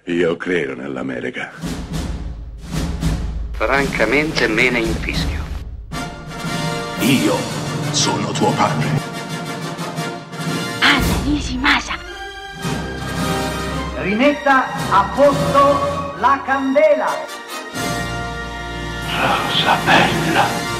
Io credo nell'America. Francamente me ne infischio. Io sono tuo padre. Anna Nishimasa. Rimetta a posto la candela. Rosa bella.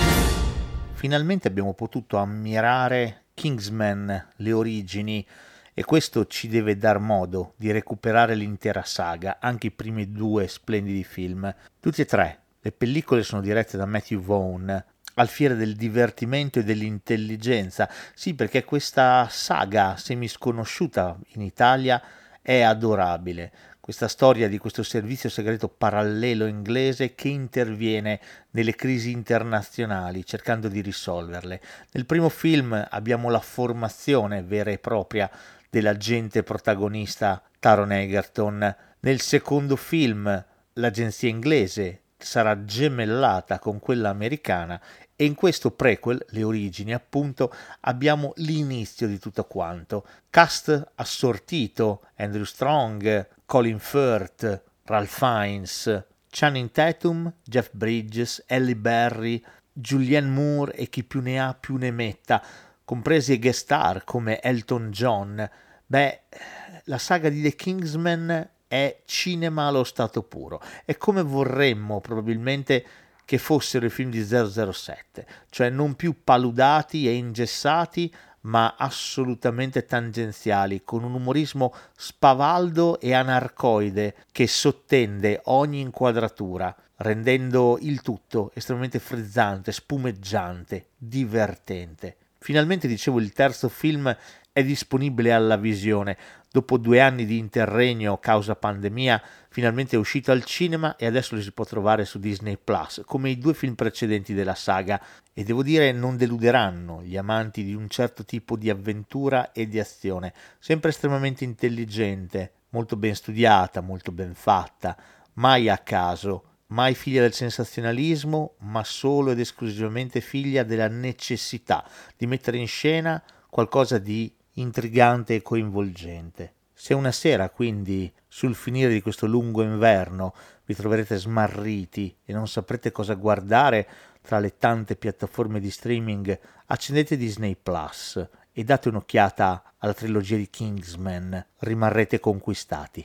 Finalmente abbiamo potuto ammirare Kingsman, le origini, e questo ci deve dar modo di recuperare l'intera saga, anche i primi due splendidi film. Tutti e tre le pellicole sono dirette da Matthew Vaughn, alfiere del divertimento e dell'intelligenza. Sì, perché questa saga semisconosciuta in Italia è adorabile. Questa storia di questo servizio segreto parallelo inglese che interviene nelle crisi internazionali cercando di risolverle. Nel primo film abbiamo la formazione vera e propria dell'agente protagonista Taron Egerton. Nel secondo film l'agenzia inglese sarà gemellata con quella americana, e in questo prequel, le origini appunto, abbiamo l'inizio di tutto quanto. Cast assortito: Andrew Strong, Colin Firth, Ralph Fiennes, Channing Tatum, Jeff Bridges, Halle Berry, Julianne Moore e chi più ne ha più ne metta, compresi i guest star come Elton John. Beh, la saga di The Kingsman è cinema allo stato puro. È come vorremmo probabilmente che fossero i film di 007, cioè non più paludati e ingessati, ma assolutamente tangenziali, con un umorismo spavaldo e anarcoide che sottende ogni inquadratura, rendendo il tutto estremamente frizzante, spumeggiante, divertente. Finalmente, dicevo, il terzo film è disponibile alla visione. Dopo 2 anni di interregno causa pandemia, finalmente è uscito al cinema e adesso lo si può trovare su Disney Plus, come i 2 film precedenti della saga, e devo dire non deluderanno gli amanti di un certo tipo di avventura e di azione, sempre estremamente intelligente, molto ben studiata, molto ben fatta, mai a caso, mai figlia del sensazionalismo, ma solo ed esclusivamente figlia della necessità di mettere in scena qualcosa di intrigante e coinvolgente. Se una sera, quindi, sul finire di questo lungo inverno, vi troverete smarriti e non saprete cosa guardare tra le tante piattaforme di streaming, accendete Disney Plus e date un'occhiata alla trilogia di Kingsman. Rimarrete conquistati.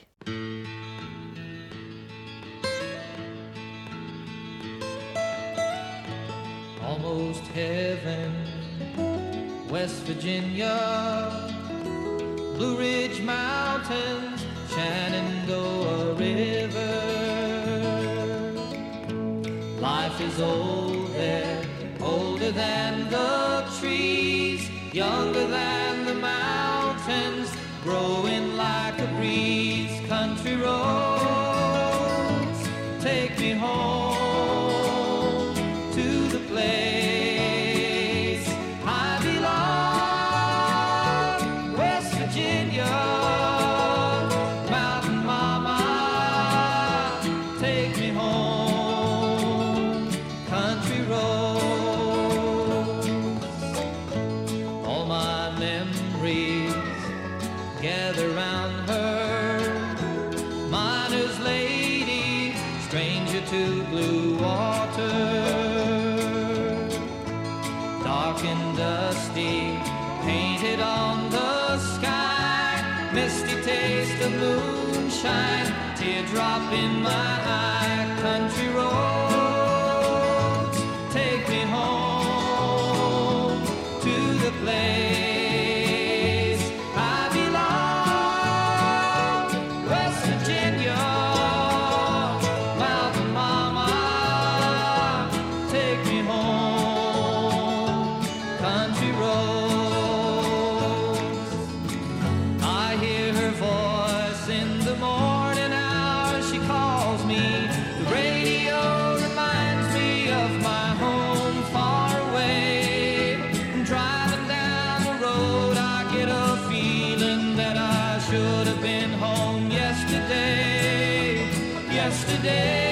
Almost heaven, West Virginia, Blue Ridge Mountains, Shenandoah River. Life is old there, older than the trees, younger than the mountains, growing like a breeze. Country roads, take me home to the place moonshine, teardrop in my eye. Country roads, take me home to the place I belong. West Virginia, Mountain Mama, take me home. Country roads. Yesterday